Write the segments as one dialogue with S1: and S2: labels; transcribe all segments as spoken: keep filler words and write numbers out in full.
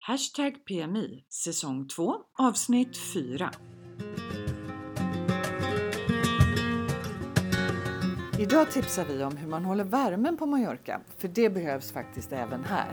S1: Hashtag P M I, säsong två, avsnitt fyra. Idag tipsar vi om hur man håller värmen på Mallorca, för det behövs faktiskt även här.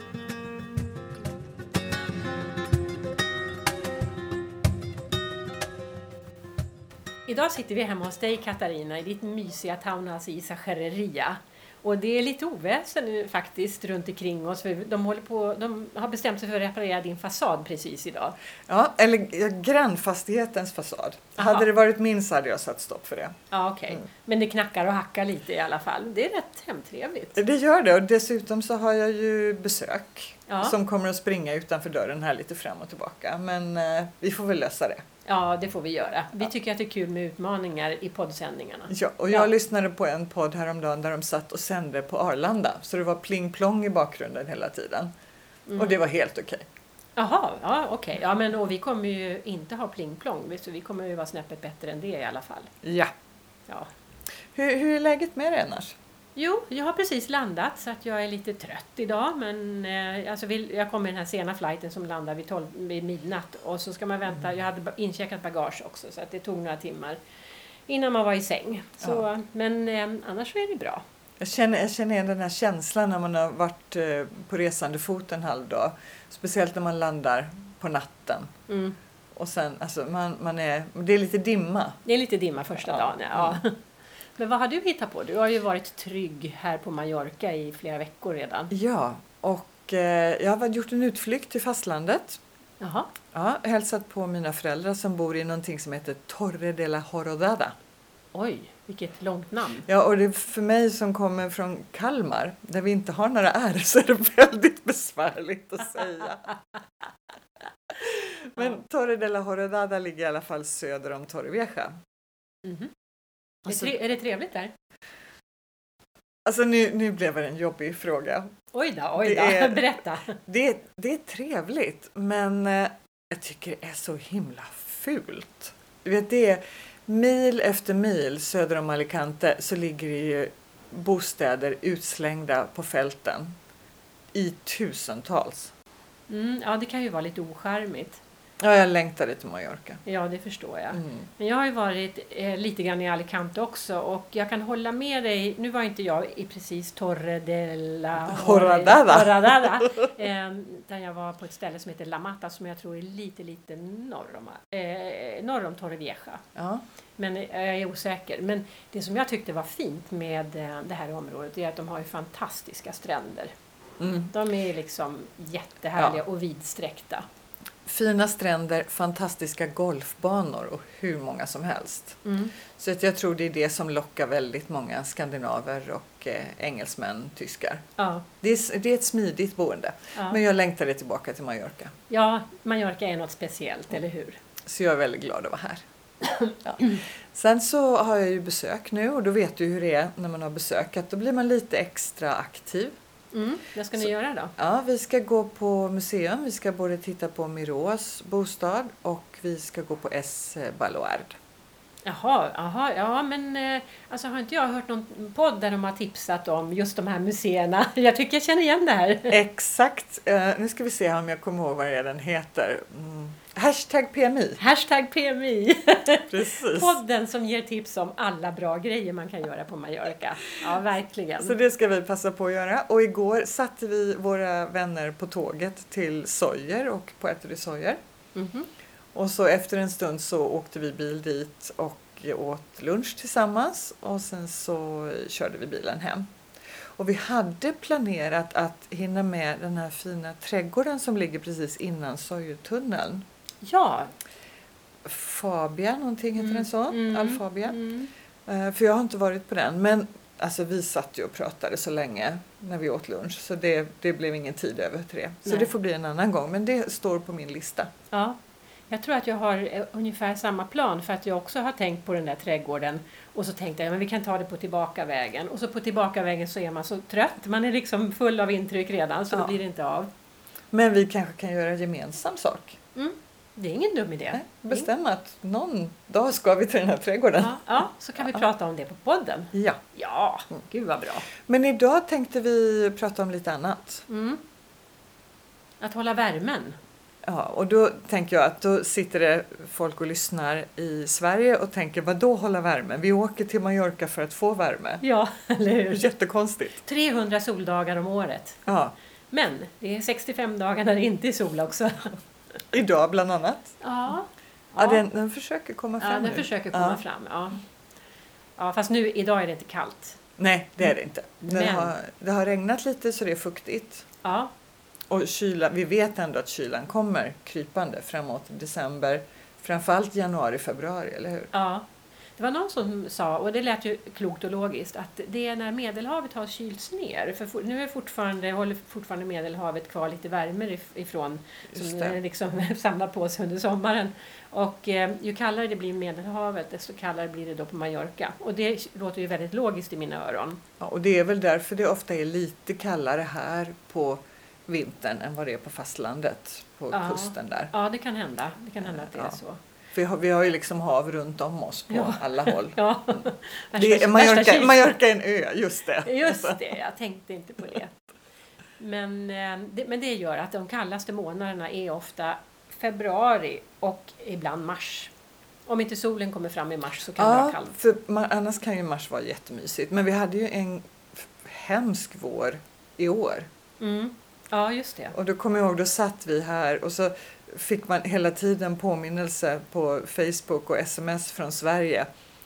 S2: Idag sitter vi hemma hos dig, Katarina, i ditt mysiga townhouse i Sachereria. Och det är lite oväsen nu faktiskt runt omkring oss. För de, håller på, de har bestämt sig för att reparera din fasad precis idag.
S3: Ja, eller grannfastighetens fasad.
S2: Aha.
S3: Hade det varit min så hade jag satt stopp för det.
S2: Ja, okej. Okay. Mm. Men det knackar och hackar lite i alla fall. Det är rätt hemtrevligt.
S3: Det gör det, och dessutom så har jag ju besök.
S2: Ja.
S3: Som kommer att springa utanför dörren här lite fram och tillbaka. Men eh, vi får väl lösa det.
S2: Ja, det får vi göra. Vi
S3: ja.
S2: tycker att det är kul med utmaningar i poddsändningarna.
S3: Ja, och jag
S2: ja.
S3: lyssnade på en podd häromdagen där de satt och sände på Arlanda. Så det var pling-plong i bakgrunden hela tiden. Mm. Och det var helt okej. Okay.
S2: Jaha, ja okej. Okay. Ja, men och vi kommer ju inte ha pling-plong. Så vi kommer ju vara snäppet bättre än det i alla fall.
S3: Ja.
S2: ja.
S3: Hur, hur är läget med dig annars?
S2: Jo, jag har precis landat så att jag är lite trött idag. Men eh, alltså vill, jag kommer i den här sena flighten som landar vid, tolv, vid midnatt. Och så ska man vänta. Mm. Jag hade incheckat bagage också så att det tog några timmar innan man var i säng. Så, ja. Men eh, annars så är det bra.
S3: Jag känner, jag känner igen den här känslan när man har varit eh, på resande fot en halv dag. Speciellt när man landar på natten. Mm. Och sen, alltså man, man är, det är lite dimma.
S2: Det är lite dimma första
S3: ja.
S2: dagen, ja. Mm. Men vad har du hittat på? Du har ju varit trygg här på Mallorca i flera veckor redan.
S3: Ja, och eh, jag har gjort en utflykt till fastlandet.
S2: Jaha.
S3: Ja, hälsat på mina föräldrar som bor i någonting som heter Torre de la Horodada.
S2: Oj, vilket långt namn.
S3: Ja, och det är för mig som kommer från Kalmar, där vi inte har några R, så är det väldigt besvärligt att säga. Men ja. Torre de la Horodada ligger i alla fall söder om Torrevieja.
S2: Mhm. Alltså, är det trevligt där?
S3: Alltså nu, nu blev det en jobbig fråga.
S2: Oj då, oj då. Är, berätta.
S3: Det, det är trevligt, men eh, jag tycker det är så himla fult. Du vet, det är mil efter mil söder om Alicante så ligger det ju bostäder utslängda på fälten i tusentals.
S2: Mm, ja, det kan ju vara lite ocharmigt.
S3: Ja, jag längtade till Mallorca.
S2: Ja, det förstår jag.
S3: Mm.
S2: Men jag har ju varit eh, lite grann i Alicante också. Och jag kan hålla med dig. Nu var inte jag i precis Torre de la
S3: Horodada.
S2: Horodada eh, där jag var på ett ställe som heter La Mata. Som jag tror är lite, lite norr om, eh, norr om Torrevieja.
S3: Ja.
S2: Men eh, jag är osäker. Men det som jag tyckte var fint med eh, det här området är att de har ju fantastiska stränder. Mm. De är liksom jättehärliga ja. och vidsträckta.
S3: Fina stränder, fantastiska golfbanor och hur många som helst. Mm. Så att jag tror det är det som lockar väldigt många skandinaver och eh, engelsmän, tyskar. Ja. Det, är, det är ett smidigt boende. Ja. Men jag längtade tillbaka till Mallorca.
S2: Ja, Mallorca är något speciellt, mm. eller hur?
S3: Så jag är väldigt glad att vara här. Ja. Sen så har jag ju besök nu, och då vet du hur det är när man har besök. Att då blir man lite extra aktiv.
S2: Mm, vad ska ni så, göra då?
S3: Ja, vi ska gå på museum. Vi ska både titta på Miros bostad och vi ska gå på S. Baluard.
S2: Jaha, aha, ja men eh, alltså har inte jag hört någon podd där de har tipsat om just de här museerna? Jag tycker jag känner igen det här.
S3: Exakt. Uh, nu ska vi se om jag kommer ihåg vad det är den heter. Mm. Hashtag P M I.
S2: Hashtag P M I.
S3: Precis.
S2: Podden som ger tips om alla bra grejer man kan göra på Mallorca. Ja, verkligen.
S3: Så det ska vi passa på att göra. Och igår satte vi våra vänner på tåget till Sóller och Puerto de Sóller. Mm-hmm. Och så efter en stund så åkte vi bil dit och åt lunch tillsammans. Och sen så körde vi bilen hem. Och vi hade planerat att hinna med den här fina trädgården som ligger precis innan Sóllertunneln.
S2: Ja.
S3: Fabia, någonting heter mm. den så.
S2: Mm.
S3: Alfabia.
S2: Mm.
S3: Uh, för jag har inte varit på den. Men alltså, vi satt ju och pratade så länge när vi åt lunch. Så det, det blev ingen tid över till det. Så Nej. det får bli en annan gång. Men det står på min lista.
S2: Ja. Jag tror att jag har ungefär samma plan, för att jag också har tänkt på den där trädgården och så tänkte jag men vi kan ta det på tillbakavägen, och så på tillbakavägen så är man så trött, man är liksom full av intryck redan, så ja. då blir det inte av.
S3: Men vi kanske kan göra en gemensam sak.
S2: Mm. Det är ingen dum idé.
S3: Nej, bestämma att någon dag ska vi till den här trädgården.
S2: Ja, ja så kan vi ja. prata om det på podden.
S3: Ja.
S2: Ja, gud vad bra.
S3: Men idag tänkte vi prata om lite annat.
S2: Mm. Att hålla värmen.
S3: Ja, och då tänker jag att då sitter det folk och lyssnar i Sverige och tänker, vad då hålla värmen? Vi åker till Mallorca för att få värme.
S2: Ja, eller hur?
S3: Jättekonstigt.
S2: trehundra soldagar om året.
S3: Ja,
S2: Men det är sextiofem dagar när det inte är sol också.
S3: idag bland annat.
S2: Ja,
S3: Ja, den, den försöker komma fram
S2: ja den
S3: nu.
S2: försöker komma
S3: Ja.
S2: fram. Ja. Ja, fast nu, idag är det inte kallt.
S3: Nej, det är det inte. Det,
S2: Men-
S3: har, det har regnat lite så det är fuktigt.
S2: Ja,
S3: Och kyla, vi vet ändå att kylan kommer krypande framåt december. Framförallt januari, februari, eller hur?
S2: ja. Det var någon som sa, och det lät ju klokt och logiskt, att det är när Medelhavet har kylts ner. För for, nu är fortfarande, håller fortfarande Medelhavet kvar lite värme if- ifrån
S3: Just
S2: som
S3: det.
S2: liksom samlar på sig under sommaren. Och eh, ju kallare det blir i Medelhavet, desto kallare blir det då på Mallorca. Och det låter ju väldigt logiskt i mina öron.
S3: Ja, och det är väl därför det ofta är lite kallare här på vintern än vad det är på fastlandet, på
S2: Ja.
S3: kusten där.
S2: Ja, det kan hända. Det kan hända att det är
S3: Ja.
S2: så.
S3: Vi har, vi har ju liksom hav runt om oss på
S2: Ja.
S3: alla håll.
S2: Ja.
S3: Det är,
S2: Värsta
S3: Mallorca,
S2: kylan.
S3: Mallorca är en ö, just det.
S2: Just det, jag tänkte inte på det. Men, eh, det. men det gör att de kallaste månaderna är ofta februari och ibland mars. Om inte solen kommer fram i mars så kan det vara
S3: Ja,
S2: kallt.
S3: för man, annars kan ju mars vara jättemysigt. Men vi hade ju en f- hemsk vår i år.
S2: Mm. Ja, just det.
S3: Och då kommer jag ihåg, då satt vi här och så fick man hela tiden påminnelse på Facebook och sms från Sverige.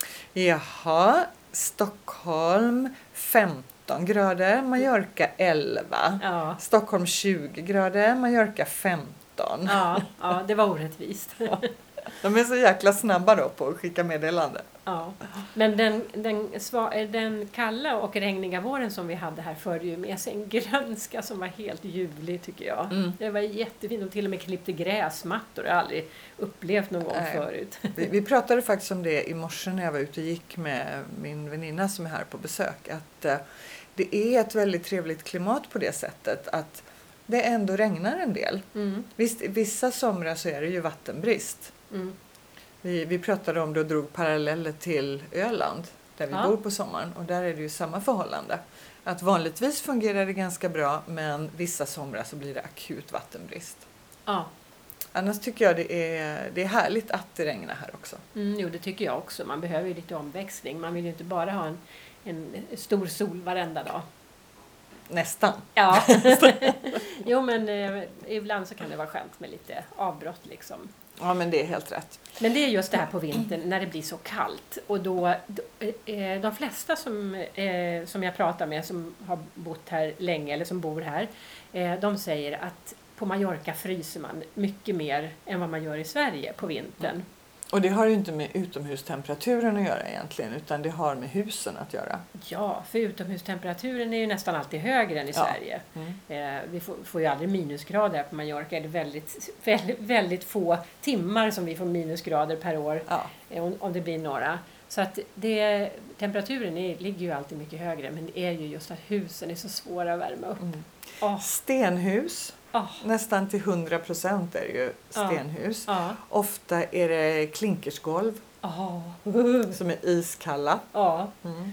S3: Jaha, Stockholm femton grader, Mallorca elva.
S2: Ja,
S3: Stockholm tjugo grader, Mallorca femton.
S2: ja, ja, det var orättvist.
S3: De är så jäkla snabba då på att skicka meddelande.
S2: Ja. Men den, den, sva- den kalla och regniga våren som vi hade här förde ju med sig en grönska som var helt ljuvlig tycker jag.
S3: Mm.
S2: Det var jättefint och till och med klippte gräsmattor. Det har jag aldrig upplevt någon gång
S3: Nej.
S2: förut.
S3: Vi, vi pratade faktiskt om det i morse när jag var ute och gick med min väninna som är här på besök. Att eh, det är ett väldigt trevligt klimat på det sättet att det ändå regnar en del.
S2: Mm.
S3: Visst, vissa somrar så är det ju vattenbrist.
S2: Mm.
S3: Vi, vi pratade om det och drog paralleller till Öland där vi
S2: Ja.
S3: bor på sommaren. Och där är det ju samma förhållande. Att vanligtvis fungerar det ganska bra men vissa somrar så blir det akut vattenbrist.
S2: Ja,
S3: Annars tycker jag det är, det är härligt att det regnar här också.
S2: mm, jo, det tycker jag också. Man behöver ju lite omväxling. Man vill ju inte bara ha en, en stor sol varenda dag.
S3: Nästan.
S2: Ja, jo men eh, ibland så kan det vara skönt med lite avbrott liksom.
S3: Ja, men det är helt rätt.
S2: Men det är just det här på vintern när det blir så kallt. Och då, då eh, de flesta som, eh, som jag pratar med som har bott här länge eller som bor här. Eh, de säger att på Mallorca fryser man mycket mer än vad man gör i Sverige på vintern.
S3: Och det har ju inte med utomhustemperaturen att göra egentligen utan det har med husen att göra.
S2: Ja, för utomhustemperaturen är ju nästan alltid högre än i
S3: Ja.
S2: Sverige.
S3: Mm.
S2: Eh, vi får, får ju aldrig minusgrader här på Mallorca. Det är väldigt, väldigt, väldigt få timmar som vi får minusgrader per år.
S3: Ja.
S2: Eh, om, om det blir några. Så att det, temperaturen är, ligger ju alltid mycket högre. Men det är ju just att husen är så svåra att värma upp.
S3: Mm.
S2: Åh,
S3: Stenhus,
S2: åh,
S3: nästan till hundra procent är det ju stenhus.
S2: ja,
S3: Ofta är det klinkersgolv
S2: åh,
S3: som är iskalla.
S2: ja,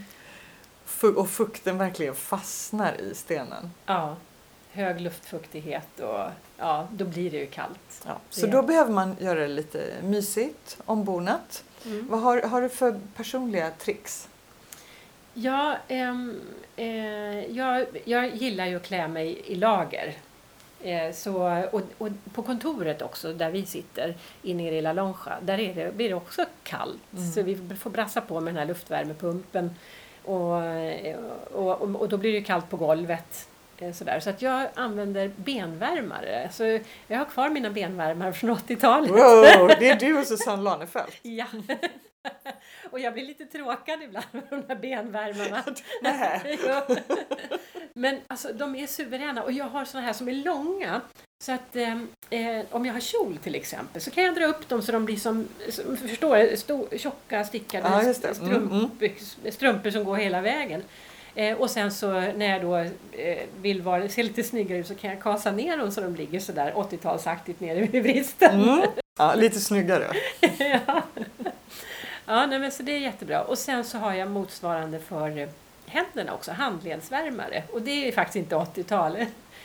S3: Fu- Och fukten verkligen fastnar i stenen.
S2: ja. Hög luftfuktighet och ja, då blir det ju kallt.
S3: Ja. Så
S2: Det-
S3: då behöver man göra det lite mysigt, ombonat.
S2: Mm.
S3: Vad har, har du för personliga tricks?
S2: Ja, ehm, eh, jag, jag gillar ju att klä mig i lager. Eh, så, och, och på kontoret också, där vi sitter inne i La Lonja, där är det, blir det också kallt.
S3: Mm.
S2: Så vi får brassa på med den här luftvärmepumpen. Och, och, och, och då blir det kallt på golvet. Eh, sådär. Så att jag använder benvärmare. Så jag har kvar mina benvärmare från åttiotalet.
S3: Wow, det är du och Susanne Lanefelt.
S2: Ja. Och jag blir lite tråkad ibland med de här benvärmarna.
S3: Nej.
S2: Ja. Men alltså, de är suveräna. Och jag har såna här som är långa. Så att eh, eh, om jag har kjol till exempel så kan jag dra upp dem så de blir som, som förstår, sto, tjocka stickade
S3: Ja, just det. Mm,
S2: strump, strumpor som går hela vägen. Eh, och sen så när jag då eh, vill vara, se lite snyggare ut så kan jag kasa ner dem så de ligger sådär åttiotalsaktigt nere vid vristen.
S3: Mm. Ja, lite snyggare.
S2: Ja, ja nej, men så det är jättebra. Och sen så har jag motsvarande för händerna också, handledsvärmare. Och det är faktiskt inte åttiotalet.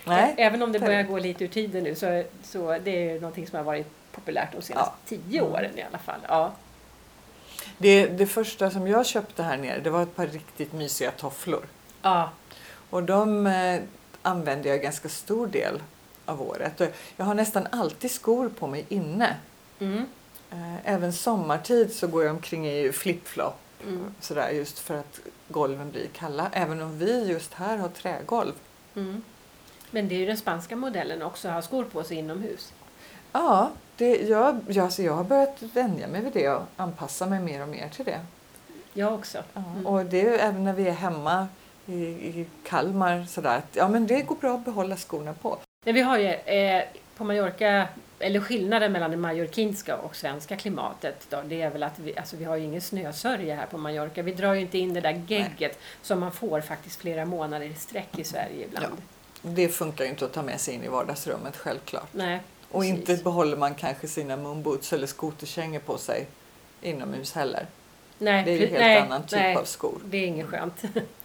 S3: Nej,
S2: Även om det
S3: det är
S2: börjar
S3: det.
S2: gå lite ur tiden nu så, så det är ju någonting som har varit populärt de senaste
S3: Ja.
S2: tio åren i alla fall. Ja.
S3: Det, det första som jag köpte här nere, det var ett par riktigt mysiga tofflor.
S2: Ja.
S3: Och de eh, använder jag ganska stor del av året. Och jag har nästan alltid skor på mig inne.
S2: Mm.
S3: Eh, även sommartid så går jag omkring i flip-flop.
S2: Mm.
S3: Sådär, just för att golven blir kalla. Även om vi just här har trägolv.
S2: Mm. Men det är ju den spanska modellen också, att ha skor på sig inomhus.
S3: Ja, det, jag, jag, alltså jag har börjat vänja mig vid det och anpassa mig mer och mer till det.
S2: Jag också.
S3: Ja,
S2: Mm.
S3: och det är ju även när vi är hemma i, i Kalmar sådär. Att, ja, men det går bra att behålla skorna på.
S2: Men vi har ju eh, på Mallorca, eller skillnaden mellan det mallorquinska och svenska klimatet då, det är väl att vi, alltså vi har ju ingen snösörja här på Mallorca. Vi drar ju inte in det där gegget
S3: Nej.
S2: som man får faktiskt flera månader i sträck i Sverige ibland.
S3: Ja. Det funkar ju inte att ta med sig in i vardagsrummet, självklart.
S2: Nej,
S3: Och
S2: precis.
S3: inte behåller man kanske sina moonboots eller skoterkängor på sig inomhus heller.
S2: Nej,
S3: Det är ju en
S2: pre-
S3: helt
S2: nej,
S3: annan typ
S2: nej,
S3: av skor.
S2: det är inget skönt.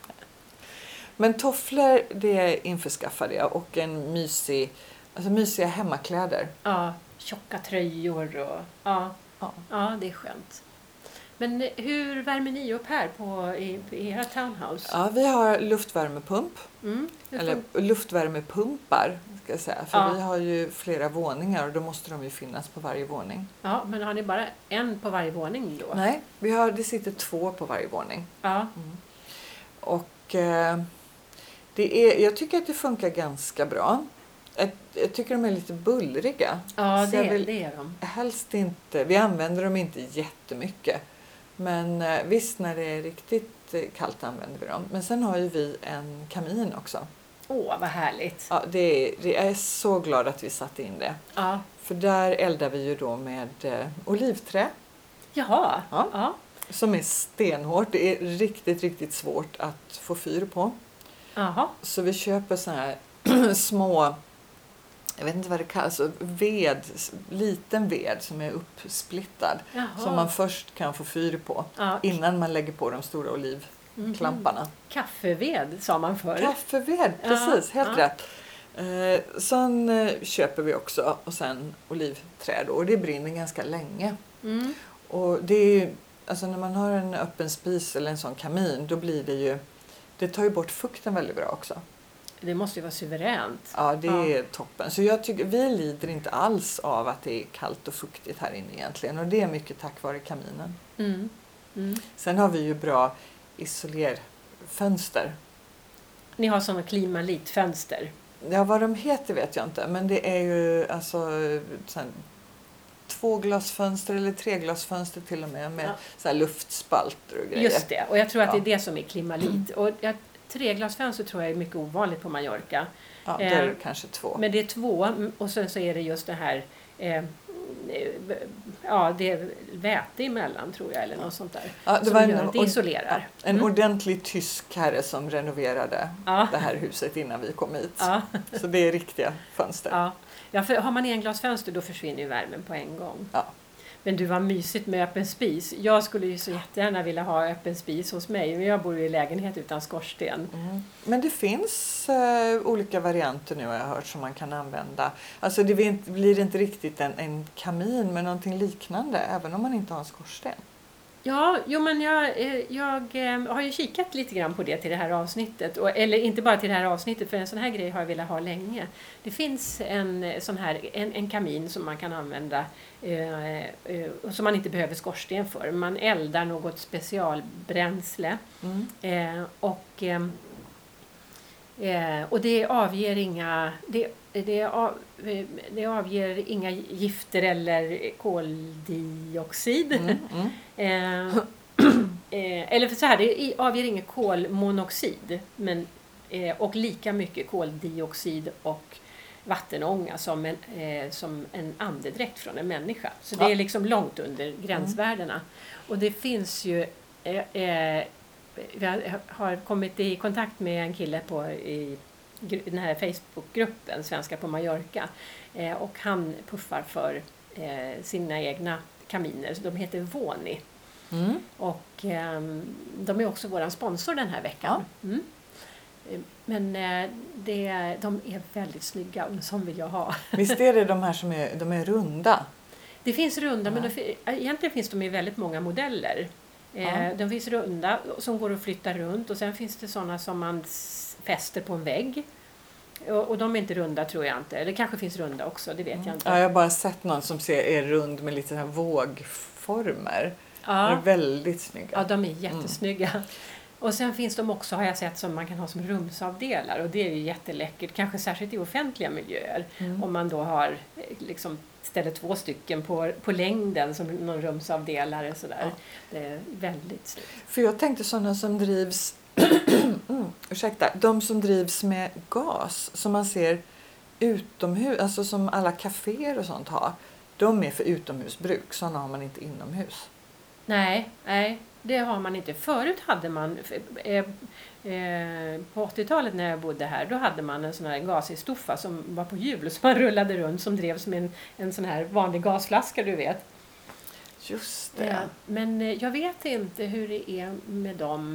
S3: Men tofflor, det införskaffade jag och en mysig, alltså mysiga hemmakläder.
S2: Ja, tjocka tröjor och ja,
S3: Ja.
S2: ja, det är skönt. Men hur värmer ni upp här på, i, i era townhouse?
S3: Ja, vi har luftvärmepump,
S2: Mm, hur
S3: eller
S2: fun-
S3: luftvärmepumpar ska jag säga. För
S2: Ja.
S3: vi har ju flera våningar och då måste de ju finnas på varje våning.
S2: ja, men har ni bara en på varje våning då?
S3: Nej, vi har, det sitter två på varje våning.
S2: Ja,
S3: Och eh, det är, jag tycker att det funkar ganska bra. Jag, jag tycker de är lite bullriga.
S2: ja
S3: Så jag
S2: det,
S3: vill
S2: det är de.
S3: helst inte, vi använder dem inte jättemycket. Men eh, visst när det är riktigt eh, kallt använder vi dem. Men sen har ju vi en kamin också.
S2: Åh, vad härligt.
S3: Ja, det är, det jag är så glad att vi satte in det.
S2: Ja.
S3: För där eldar vi ju då med eh, olivträ.
S2: Jaha,
S3: Ja.
S2: ja.
S3: Som är stenhårt. Det är riktigt, riktigt svårt att få fyr på.
S2: Jaha.
S3: Så vi köper så här små, jag vet inte vad det kallas, alltså ved, liten ved som är uppsplittad.
S2: Jaha.
S3: Som man först kan få fyr på
S2: Ja.
S3: innan man lägger på de stora olivklamparna.
S2: Mhm. Kaffeved sa man förr.
S3: Kaffeved,
S2: Ja,
S3: precis, helt
S2: ja.
S3: rätt. Eh, sen eh, köper vi också och sen olivträd och det brinner ganska länge.
S2: Mm.
S3: Och det är ju, alltså när man har en öppen spis eller en sån kamin då blir det ju, det tar ju bort fukten väldigt bra också.
S2: Det måste ju vara suveränt.
S3: Ja, det
S2: Ja.
S3: är toppen. Så jag tycker, vi lider inte alls av att det är kallt och fuktigt här inne egentligen. Och det är mycket tack vare kaminen.
S2: Mm. Mm.
S3: Sen har vi ju bra isolerfönster.
S2: Ni har sådana klimalitfönster.
S3: Ja, vad de heter vet jag inte. Men det är ju alltså sen, tvåglasfönster eller treglasfönster till och med. Med
S2: Ja.
S3: så här luftspalter och grejer.
S2: Just det, och jag tror att
S3: Ja.
S2: det är det som är klimalit. Och jag, treglasfönster tror jag är mycket ovanligt på Mallorca.
S3: Ja, då är det
S2: Eh,
S3: kanske två.
S2: Men det är två och sen så är det just det här eh, ja, det är väte emellan tror jag eller något sånt där.
S3: Ja, det
S2: som
S3: var en,
S2: gör att det
S3: och-
S2: isolerar.
S3: ja, en
S2: Mm.
S3: ordentlig tysk herre som renoverade
S2: Ja.
S3: det här huset innan vi kom hit.
S2: Ja,
S3: Så det är riktiga fönster.
S2: ja. Ja, för har man englasfönster då försvinner ju värmen på en gång.
S3: Ja.
S2: Men du, var mysigt med öppen spis. Jag skulle ju så jättegärna vilja ha öppen spis hos mig, men jag bor ju i lägenhet utan skorsten.
S3: Mm. Men det finns eh, olika varianter nu har jag hört som man kan använda. Alltså det blir inte, blir inte riktigt en, en kamin men någonting liknande även om man inte har en skorsten.
S2: Ja, jo men jag, eh, jag eh, har ju kikat lite grann på det till det här avsnittet. Och, eller inte bara till det här avsnittet, för en sån här grej har jag velat ha länge. Det finns en eh, sån här en, en kamin som man kan använda eh, eh, som man inte behöver skorsten för. Man eldar något specialbränsle
S3: Mm.
S2: eh, och, eh, eh, och det avger inga... Det, det, av, eh, det avger inga gifter eller koldioxid.
S3: Mm. Mm.
S2: Eh, eh, eller för så här, det i- avger ingen kolmonoxid men, eh, och lika mycket koldioxid och vattenånga som en, eh, som en andedräkt från en människa. Så det
S3: Ja.
S2: är liksom långt under gränsvärdena. Och det finns ju... Eh, eh, vi har kommit i kontakt med en kille på i gru- den här Facebookgruppen Svenska på Mallorca eh, och han puffar för eh, sina egna kaminer. Så de heter Voni.
S3: Mm.
S2: Och ehm, de är också vår sponsor den här veckan. Mm. Men eh, det, de är väldigt snygga och som vill jag ha.
S3: Visst är det de här som är, de är runda?
S2: Det finns runda,
S3: Ja.
S2: men det, egentligen finns de i väldigt många modeller. Eh,
S3: Ja.
S2: De finns runda som går att flytta runt och sen finns det sådana som man fäster på en vägg. Och, och de är inte runda tror jag inte. Eller kanske finns runda också, det vet
S3: Mm.
S2: jag inte.
S3: Ja, jag har bara sett någon som ser, är rund med lite så här vågformer. De är
S2: Ja,
S3: väldigt snygga.
S2: ja de är jättesnygga. Mm. Och sen finns de också, har jag sett, som man kan ha som rumsavdelar. Och det är ju jätteläckert, kanske särskilt i offentliga miljöer.
S3: Mm.
S2: Om man då har liksom ställer två stycken på, på längden som någon rumsavdelare. Sådär.
S3: Ja.
S2: Det är väldigt snyggt.
S3: För jag tänkte sådana som drivs mm, ursäkta, de som drivs med gas som man ser utomhus, alltså som alla kaféer och sånt har. De är för utomhusbruk, sådana har man inte inomhus.
S2: Nej, nej, det har man inte. Förut hade man, eh, eh, på åttiotalet när jag bodde här, då hade man en sån här gasistoffa som var på hjul som man rullade runt, som drevs med en, en sån här vanlig gasflaska, du vet.
S3: Just det.
S2: Ja, men eh, jag vet inte hur det är med dem.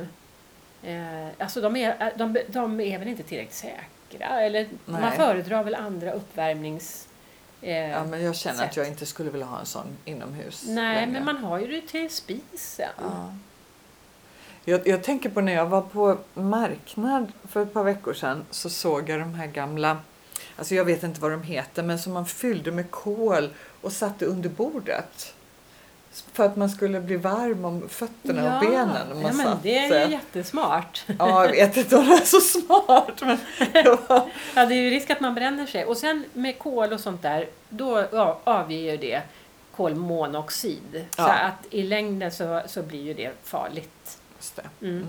S2: Eh, alltså de är, de, de är väl inte tillräckligt säkra, eller
S3: Nej.
S2: man föredrar väl andra uppvärmnings... Eh,
S3: Ja, men jag känner
S2: sätt.
S3: att jag inte skulle vilja ha en sån inomhus
S2: Nej,
S3: längre.
S2: men man har ju det till spisen.
S3: Ja. Jag, jag tänker på när jag var på marknad för ett par veckor sedan, så såg jag de här gamla, alltså jag vet inte vad de heter, men som man fyllde med kol och satte under bordet. För att man skulle bli varm om fötterna
S2: Ja,
S3: och benen. Och man
S2: ja, men
S3: satt,
S2: det är ju jättesmart.
S3: Ja, jag vet inte om det är så smart. Men det var...
S2: Ja, det är ju risk att man bränner sig. Och sen med kol och sånt där, då ja, avger ju det kolmonoxid. Så
S3: Ja.
S2: att i längden så, så blir ju det farligt.
S3: Just det.
S2: Mm.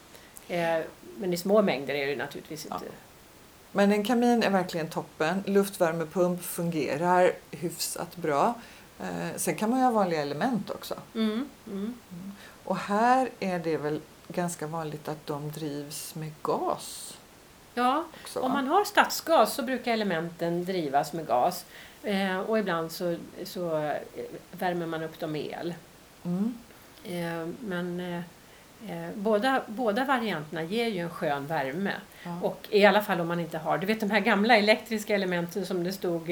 S3: Mm.
S2: Eh, men i små mängder är det naturligtvis
S3: Ja.
S2: inte.
S3: Men en kamin är verkligen toppen. Luftvärmepump fungerar hyfsat bra. Eh, sen kan man ju ha vanliga element också.
S2: Mm, mm.
S3: Och här är det väl ganska vanligt att de drivs med gas
S2: Ja,
S3: också.
S2: om man har stadsgas så brukar elementen drivas med gas. Eh, och ibland så, så eh, värmer man upp dem med el.
S3: Mm.
S2: Eh, men eh, eh, båda, båda varianterna ger ju en skön värme.
S3: Ja.
S2: Och i alla fall om man inte har, du vet de här gamla elektriska elementen som det stod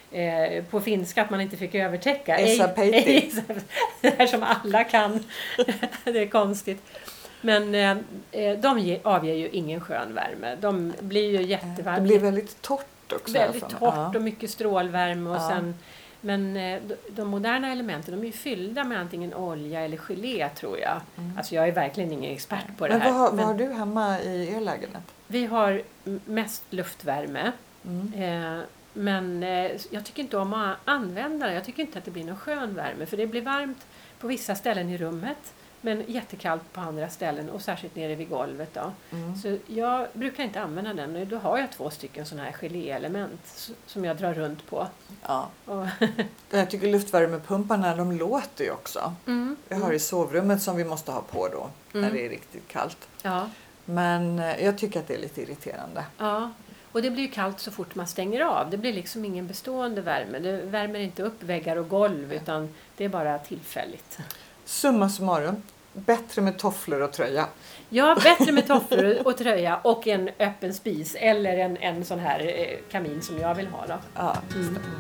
S2: eh, på finska att man inte fick övertäcka.
S3: Esa Peiti.
S2: Det här som alla kan. Det är konstigt. Men eh, de ge, avger ju ingen skön värme. De blir ju jättevarma.
S3: Det blir väldigt torrt också.
S2: Väldigt
S3: här
S2: torrt
S3: för mig.
S2: och mycket strålvärme. Och
S3: Ja.
S2: sen, men eh, de, de moderna elementen, de är ju fyllda med antingen olja eller gelé tror jag.
S3: Mm.
S2: Alltså jag är verkligen ingen expert på det
S3: Men
S2: här.
S3: vad har,
S2: men
S3: vad har du hemma i er lägenhet?
S2: vi har m- mest luftvärme.
S3: Mm.
S2: Eh, men eh, jag tycker inte om att använda det. Jag tycker inte att det blir någon skön värme. För det blir varmt på vissa ställen i rummet. Men jättekallt på andra ställen. Och särskilt nere vid golvet då.
S3: Mm.
S2: Så jag brukar inte använda den. Och då har jag två stycken sådana här geléelement s- som jag drar runt på.
S3: Ja.
S2: Och
S3: Jag tycker luftvärmepumparna, de låter ju också.
S2: mm.
S3: Vi har i sovrummet som vi måste ha på då när
S2: Mm.
S3: det är riktigt kallt.
S2: Ja,
S3: Men eh, jag tycker att det är lite irriterande.
S2: ja. Och det blir ju kallt så fort man stänger av. Det blir liksom ingen bestående värme. Det värmer inte upp väggar och golv utan det är bara tillfälligt.
S3: Summa summarum, bättre med tofflor och tröja.
S2: Ja, bättre med tofflor och tröja och en öppen spis eller en, en sån här eh, kamin som jag vill ha då.
S3: Ja, just det.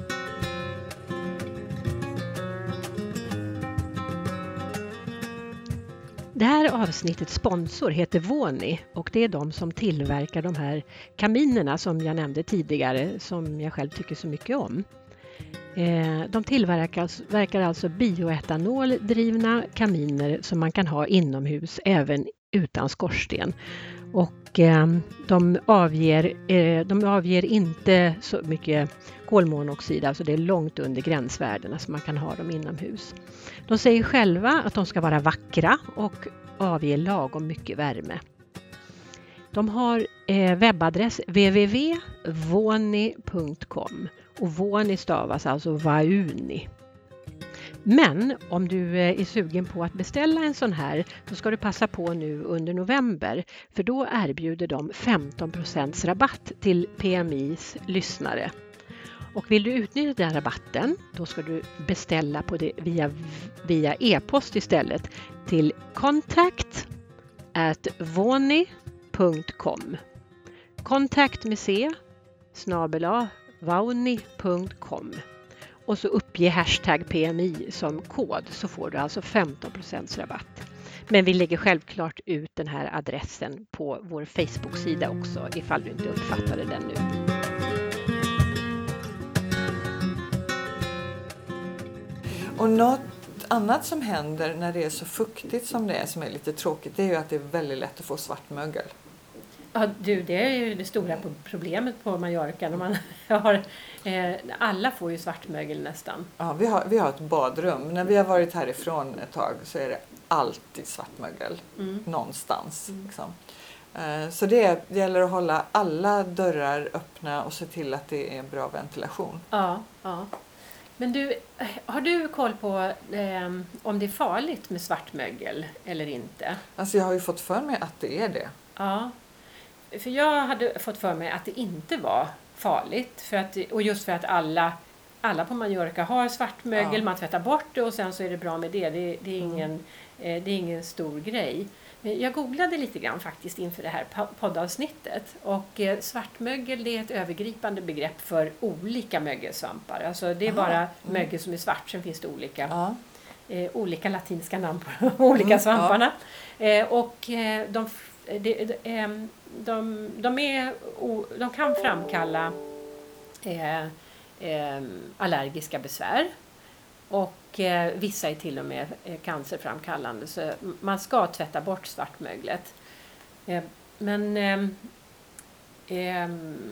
S2: Det här avsnittets sponsor heter Voni och det är de som tillverkar de här kaminerna som jag nämnde tidigare som jag själv tycker så mycket om. De tillverkar alltså bioetanoldrivna kaminer som man kan ha inomhus även utan skorsten. Och de avger, de avger inte så mycket kolmonoxid, alltså det är långt under gränsvärdena så man kan ha dem inomhus. De säger själva att de ska vara vackra och avge lagom mycket värme. De har webbadress w w w punkt voni punkt com och Voni stavas alltså Vauni. Men om du är sugen på att beställa en sån här så ska du passa på nu under november för då erbjuder de femton procent rabatt till P M I's lyssnare. Och vill du utnyttja den rabatten då ska du beställa på det via, via e-post istället till contact at voni punkt com. Kontakt med c snabel-a vauni punkt com och så uppge hashtag P M I som kod, så får du alltså femton procent rabatt. Men vi lägger självklart ut den här adressen på vår Facebook-sida också ifall du inte uppfattade den nu.
S3: Och något annat som händer när det är så fuktigt som det är, som är lite tråkigt, det är ju att det är väldigt lätt att få svartmögel.
S2: Ja, du, det är ju det stora problemet på Mallorca. När man har, eh, alla får ju svartmögel nästan.
S3: Ja, vi har, vi har ett badrum. När vi har varit härifrån ett tag så är det alltid svartmögel. Mm. Någonstans. Mm. Liksom. Eh, så det gäller att hålla alla dörrar öppna och se till att det är bra ventilation.
S2: Ja, ja. Men du, har du koll på eh, om det är farligt med svartmögel eller inte?
S3: Alltså jag har ju fått för mig att det är det.
S2: Ja. För jag hade fått för mig att det inte var farligt. För att, och just för att alla, alla på Mallorca har svartmögel. Ja. Man tvättar bort det och sen så är det bra med det. Det, det, är, ingen, mm. eh, det är ingen stor grej. Men jag googlade lite grann faktiskt inför det här poddavsnittet. Och eh, svartmögel, det är ett övergripande begrepp för olika mögelsvampar. Alltså det är Aha. bara mm. mögel som är svart. Sen finns det olika, ja. eh, olika latinska namn på de olika mm. svamparna. Ja. Eh, och eh, de... Det, de, de, de, är, de kan framkalla eh, eh, allergiska besvär och eh, vissa är till och med eh, cancerframkallande, så man ska tvätta bort svartmöglet. Eh, men eh, eh,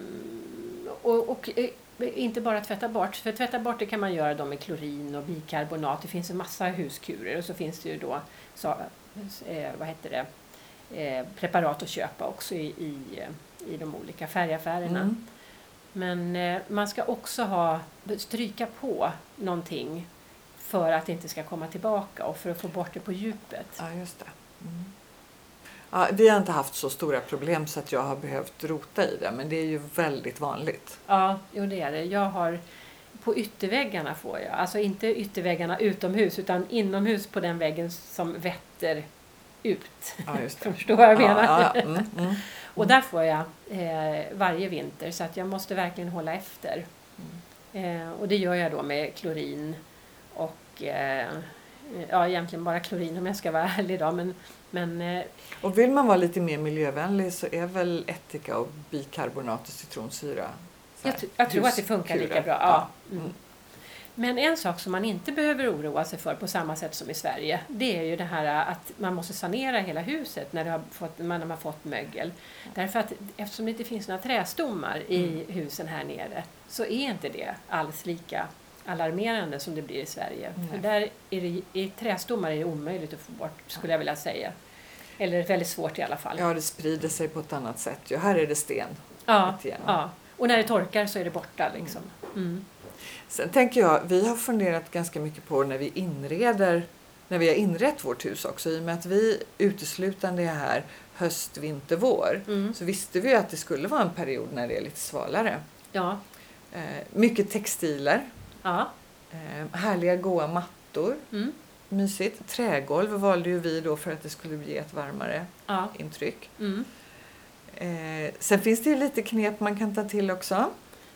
S2: och, och eh, inte bara tvätta bort, för tvätta bort det kan man göra då med klorin och bikarbonat. Det finns en massa huskurer och så finns det ju då så, eh, vad heter det Eh, preparat att köpa också i, i, i de olika färgaffärerna. Mm. Men eh, man ska också ha stryka på någonting för att det inte ska komma tillbaka och för att få bort det på djupet.
S3: Ja, just det. Mm. Ja, vi har inte haft så stora problem så att jag har behövt rota i det, men det är ju väldigt vanligt.
S2: Ja, jo det är det. Jag har på ytterväggarna får jag, alltså inte ytterväggarna utomhus utan inomhus på den väggen som vetter ut. Ja, just det. Förstår vad jag menar? Ja, ja. Mm, mm. Och där får jag eh, varje vinter så att jag måste verkligen hålla efter. Mm. Eh, och det gör jag då med klorin och eh, ja, egentligen bara klorin om jag ska vara ärlig idag. Men, men, eh,
S3: och vill man vara lite mer miljövänlig så är väl ättika och bikarbonat och citronsyra.
S2: Jag, t- jag tror att det funkar lika bra. Ja. Mm. Mm. Men en sak som man inte behöver oroa sig för på samma sätt som i Sverige, det är ju det här att man måste sanera hela huset när det har fått, man har fått mögel. Därför att eftersom det inte finns några trästommar i mm. husen här nere så är inte det alls lika alarmerande som det blir i Sverige. Mm. För där är det, i trästommar är det omöjligt att få bort, skulle jag vilja säga. Eller väldigt svårt i alla fall.
S3: Ja, det sprider sig på ett annat sätt. Ja, här är det sten.
S2: Ja, ja. Och när det torkar så är det borta liksom. Mm.
S3: Sen tänker jag, vi har funderat ganska mycket på när vi inreder, när vi har inrett vårt hus också, i och med att vi uteslutande är här höst, vinter, vår, mm. så visste vi att det skulle vara en period när det är lite svalare.
S2: Ja.
S3: Eh, mycket textiler,
S2: ja.
S3: eh, härliga goa mattor, mm. mysigt. Trägolv valde ju vi då för att det skulle ge ett varmare ja. intryck. Mm. Eh, sen finns det ju lite knep man kan ta till också.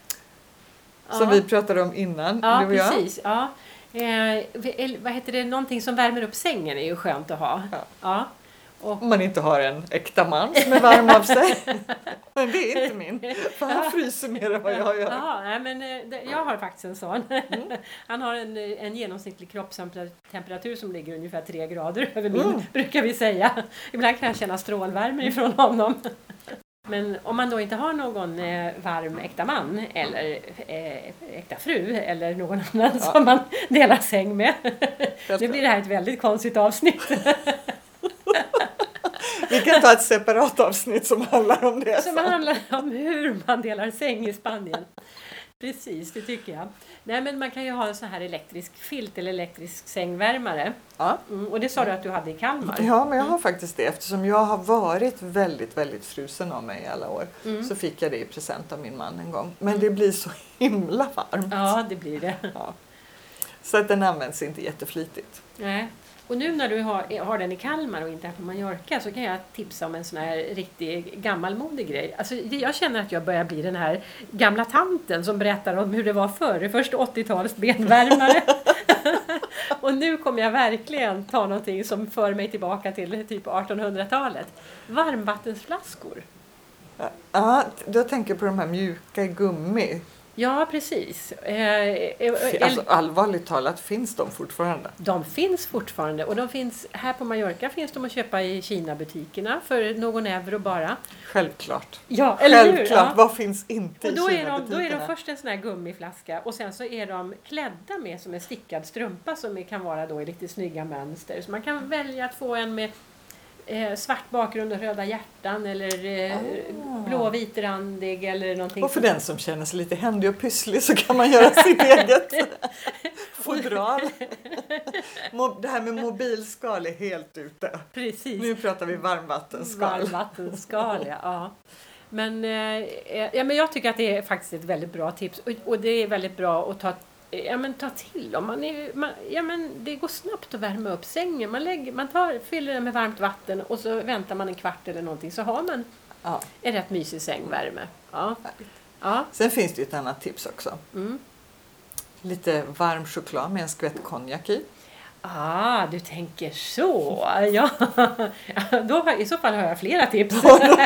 S3: Som ja. vi pratade om innan.
S2: Ja, precis. Ja. Eh, vad heter det? Någonting som värmer upp sängen är ju skönt att ha. Ja. Ja. Och...
S3: Om man inte har en äkta man som är varm av sig. Men det är inte min. För han ja. fryser mer än vad jag gör.
S2: Ja, nej, men jag har faktiskt en sån. Mm. Han har en, en genomsnittlig kroppstemperatur som ligger ungefär tre grader över min, mm. brukar vi säga. Ibland kan jag känna strålvärme ifrån honom. Men om man då inte har någon eh, varm äkta man eller eh, äkta fru eller någon annan ja. som man delar säng med. Nu blir det här ett väldigt konstigt avsnitt.
S3: Vi kan ta ett separat avsnitt som handlar om det.
S2: Som handlar om hur man delar säng i Spanien. Precis, det tycker jag. Nej, men man kan ju ha en sån här elektrisk filt eller elektrisk sängvärmare. Ja. Mm, och det sa du att du hade i Kalmar.
S3: Ja, men jag har faktiskt det. Eftersom jag har varit väldigt, väldigt frusen av mig i alla år. Mm. Så fick jag det i present av min man en gång. Men det blir så himla varmt.
S2: Ja, det blir det.
S3: Ja. Så att den används inte jätteflitigt.
S2: Nej. Och nu när du har, har den i Kalmar och inte här på Mallorca så kan jag tipsa om en sån här riktig gammalmodig grej. Alltså, jag känner att jag börjar bli den här gamla tanten som berättar om hur det var förr, först åttio-talets benvärmare. Och nu kommer jag verkligen ta någonting som för mig tillbaka till typ artonhundratalet. Varmvattensflaskor.
S3: Ja, jag tänker på de här mjuka gummi.
S2: Ja, precis. Eh,
S3: Alltså, allvarligt talat, finns de fortfarande?
S2: De finns fortfarande och de finns här på Mallorca finns de att köpa i Kina-butikerna för någon euro bara.
S3: Självklart.
S2: Ja, eller hur?
S3: Självklart.
S2: Ja.
S3: Vad finns inte
S2: Och
S3: i
S2: då är, de,
S3: Kina-butikerna?
S2: då är de först en sån här gummiflaska och sen så är de klädda med som en stickad strumpa som kan vara då i lite snygga mönster. Så man kan välja att få en med eh, svart bakgrund och röda hjärtan eller eh,
S3: Ah.
S2: blå-vitrandig eller någonting.
S3: Och för den som känner sig lite händig och pysslig så kan man göra sitt eget fodral. Mo- Det här med mobilskal är helt ute.
S2: Precis.
S3: Nu pratar vi varmvattenskal.
S2: Varmvattenskal, ja. ja. Men, eh, ja, men jag tycker att det är faktiskt ett väldigt bra tips. Och, och det är väldigt bra att ta, ja, men ta till. Om man är, man, ja, men det går snabbt att värma upp sängen. Man, lägger, man tar, fyller den med varmt vatten och så väntar man en kvart eller någonting. Så har man
S3: Ja.
S2: en rätt mysig sängvärme. Ja. Ja.
S3: Sen finns det ju ett annat tips också.
S2: Mm.
S3: Lite varm choklad med en skvätt konjak i.
S2: Ah, du tänker så. Ja. Då, har- I så fall har jag flera tips.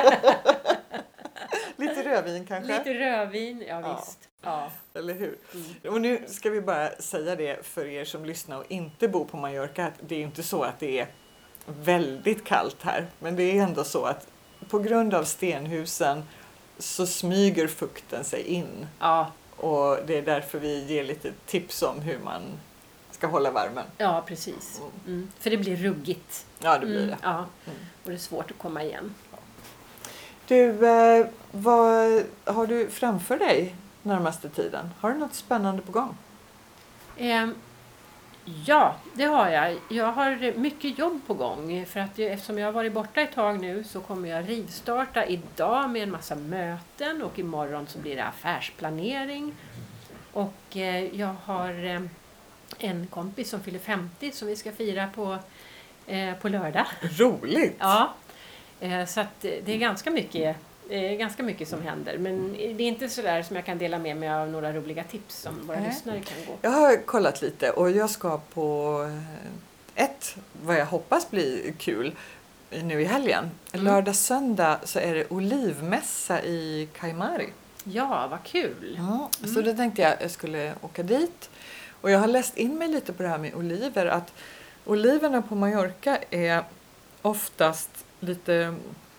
S3: Lite rödvin kanske.
S2: Lite rödvin, ja,
S3: Ja.
S2: visst. Ja.
S3: Eller hur?
S2: Mm.
S3: Och nu ska vi bara säga det för er som lyssnar och inte bor på Mallorca. Att det är inte så att det är väldigt kallt här. Men det är ändå så att på grund av stenhusen så smyger fukten sig in.
S2: Ja.
S3: Och det är därför vi ger lite tips om hur man ska hålla värmen.
S2: Ja, precis. Mm. För det blir ruggigt.
S3: Ja, det blir
S2: Mm,
S3: det.
S2: ja.
S3: Mm.
S2: Och det är svårt att komma igen.
S3: Du, eh, vad har du framför dig närmaste tiden? Har du något spännande på gång?
S2: Ehm, ja, det har jag. Jag har mycket jobb på gång. För att jag, eftersom jag har varit borta ett tag nu så kommer jag rivstarta idag med en massa möten. Och imorgon så blir det affärsplanering. Och eh, jag har eh, en kompis som fyller femtio som vi ska fira på, eh, på lördag.
S3: Roligt!
S2: Ja, eh, så att eh, det är ganska mycket, eh, ganska mycket som händer. Men det är inte så där som jag kan dela med mig av några roliga tips som våra
S3: Nej.
S2: lyssnare kan gå.
S3: Jag har kollat lite och jag ska på eh, ett, vad jag hoppas blir kul, nu i helgen.
S2: Mm.
S3: Lördag, söndag så är det olivmässa i Kaimari.
S2: Ja, vad kul!
S3: Ja, så då tänkte jag att jag skulle åka dit. Och jag har läst in mig lite på det här med oliver. Att oliverna på Mallorca är oftast lite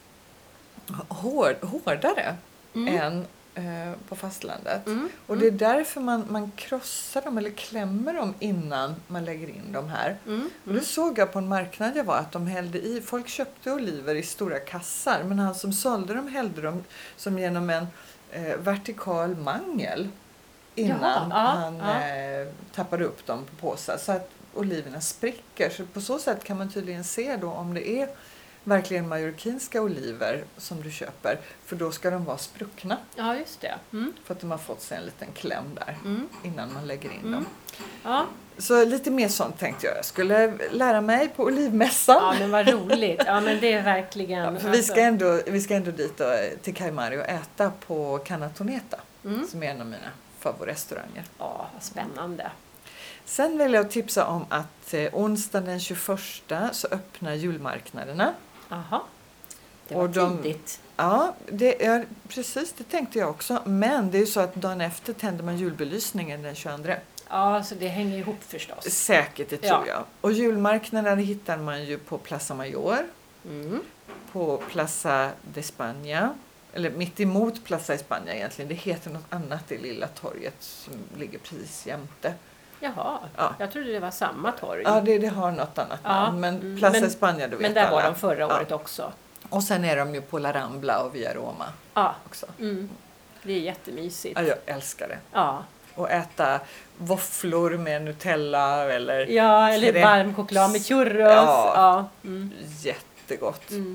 S3: hård, hårdare
S2: Mm.
S3: än eh, på fastlandet.
S2: Mm.
S3: Och det är därför man, man krossar dem eller klämmer dem innan man lägger in dem här.
S2: Mm.
S3: Och då såg jag på en marknad jag var att de hällde i, folk köpte oliver i stora kassar. Men han som sålde dem hällde dem som genom en eh, vertikal mangel innan
S2: Jaha, ja,
S3: han
S2: ja.
S3: Eh, tappade upp dem på påsar så att oliverna spricker. Så på så sätt kan man tydligen se då om det är verkligen majorkinska oliver som du köper. För då ska de vara spruckna
S2: Ja, just det. Mm.
S3: för att de har fått sig en liten kläm där
S2: Mm.
S3: innan man lägger in
S2: Mm.
S3: dem.
S2: Ja.
S3: Så lite mer sånt tänkte jag. Jag skulle lära mig på olivmässan.
S2: ja, men vad roligt. Ja, men det är verkligen...
S3: Ja, för vi,
S2: alltså-
S3: ska ändå, vi ska ändå dit då, till Kaimari och äta på Canatoneta.
S2: Mm.
S3: Som är en av mina favoritrestauranger.
S2: Ja, vad spännande.
S3: Sen vill jag tipsa om att eh, onsdagen den tjugoförsta så öppnar julmarknaderna.
S2: Jaha. Det var
S3: Och de-
S2: tidigt.
S3: Ja, det är, precis det tänkte jag också. Men det är ju så att dagen efter tänder man julbelysningen den tjugoandra.
S2: Ja, så det hänger ihop förstås.
S3: Säkert, det
S2: Ja.
S3: tror jag. Och julmarknaderna hittar man ju på Plaza Mayor,
S2: Mm.
S3: på Plaza de España. Eller mitt emot Plaza España egentligen. Det heter något annat, det lilla torget som ligger precis jämte.
S2: Jaha,
S3: Ja.
S2: jag trodde det var samma torg.
S3: Ja, det, det har något annat
S2: Ja,
S3: namn. Men
S2: mm,
S3: Plaza
S2: men-
S3: España, du vet
S2: Men där
S3: alla.
S2: var de förra
S3: Ja.
S2: året också.
S3: Och sen är de ju på La Rambla och Via Roma
S2: Ja,
S3: också.
S2: mm. Det är jättemysigt.
S3: Ja, jag älskar det.
S2: Ja,
S3: Och äta våfflor med Nutella eller
S2: ja eller
S3: Crème.
S2: varm choklad med churros.
S3: Ja.
S2: Ja. Mm.
S3: jättegott.
S2: Mm.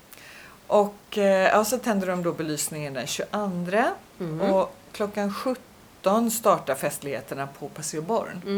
S3: Och eh, ja, så tänder de då belysningen den tjugoandra.
S2: Mm.
S3: Och klockan sjutton startar festligheterna på Paseo Born.
S2: Mm.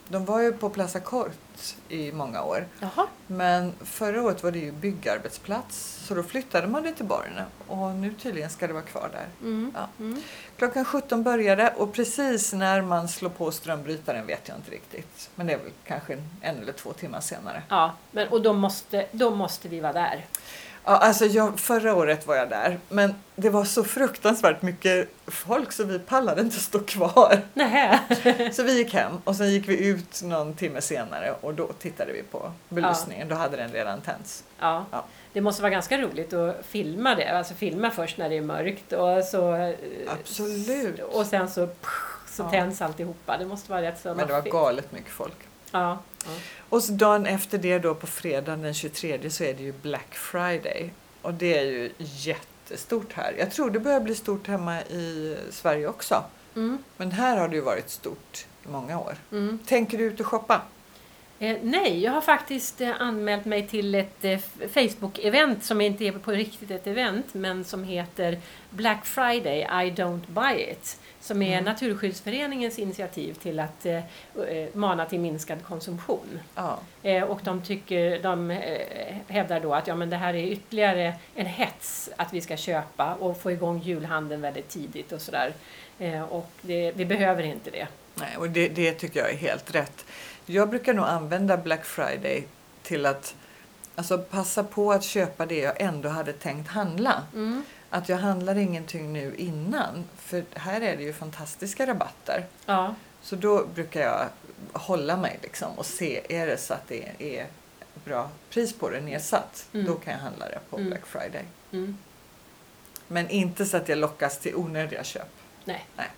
S3: De var ju på Plaza Kort i många år.
S2: Jaha.
S3: Men förra året var det ju byggarbetsplats. Så då flyttade man det till Borne. Och nu tydligen ska det vara kvar där.
S2: Mm.
S3: Ja.
S2: Mm.
S3: Klockan sjutton började och precis när man slår på strömbrytaren vet jag inte riktigt. Men det är väl kanske en, en eller två timmar senare.
S2: Ja, men, och då måste, då måste vi vara där.
S3: Ja, alltså jag, förra året var jag där. Men det var så fruktansvärt mycket folk så vi pallade inte stå kvar.
S2: Nähä.
S3: Så vi gick hem och sen gick vi ut någon timme senare och då tittade vi på belysningen. Ja. Då hade den redan tänts.
S2: Ja.
S3: Ja.
S2: Det måste vara ganska roligt att filma det. Alltså filma först när det är mörkt och så...
S3: Absolut.
S2: Och sen så, så
S3: ja.
S2: tänds alltihopa. Det måste vara rätt så...
S3: Men det var galet mycket folk.
S2: Ja. Ja.
S3: Och så dagen efter det då på fredagen den tjugotredje så är det ju Black Friday. Och det är ju jättestort här. Jag tror det börjar bli stort hemma i Sverige också.
S2: Mm.
S3: Men här har det ju varit stort i många år.
S2: Mm.
S3: Tänker du ut och shoppa?
S2: Eh, nej, jag har faktiskt eh, anmält mig till ett eh, Facebook-event som inte är på riktigt ett event men som heter Black Friday, I don't buy it. Som är mm. Naturskyddsföreningens initiativ till att eh, mana till minskad konsumtion.
S3: Ja.
S2: Eh, och de, tycker, de eh, hävdar då att ja, men det här är ytterligare en hets att vi ska köpa och få igång julhandeln väldigt tidigt och sådär. Eh, och det, vi behöver inte det.
S3: Nej, och det, det tycker jag är helt rätt. Jag brukar nog använda Black Friday till att alltså, passa på att köpa det jag ändå hade tänkt handla.
S2: Mm.
S3: Att jag handlar ingenting nu innan. För här är det ju fantastiska rabatter.
S2: Ja.
S3: Så då brukar jag hålla mig liksom och se, är det så att det är bra pris på det nedsatt, mm. då kan jag handla det på mm. Black Friday.
S2: Mm.
S3: Men inte så att jag lockas till onödiga köp.
S2: Nej.
S3: Nej.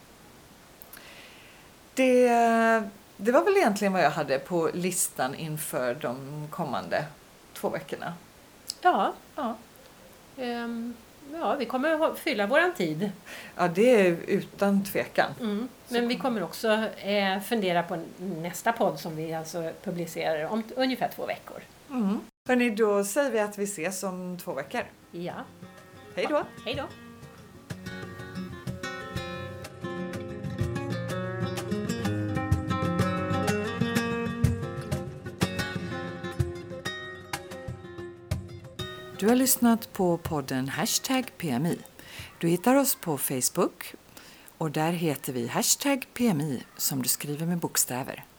S3: Det, det var väl egentligen vad jag hade på listan inför de kommande två veckorna.
S2: Ja.
S3: Ja.
S2: Um, ja, vi kommer att fylla våran tid.
S3: Ja, det är utan tvekan.
S2: Mm. Men vi kommer också eh, fundera på nästa podd som vi alltså publicerar om t- ungefär två veckor.
S3: Mm. Hörrni, då säger vi att vi ses om två veckor.
S2: Ja.
S3: Hej då!
S2: Ja, hej då!
S1: Du har lyssnat på podden Hashtag P M I. Du hittar oss på Facebook och där heter vi Hashtag P M I som du skriver med bokstäver.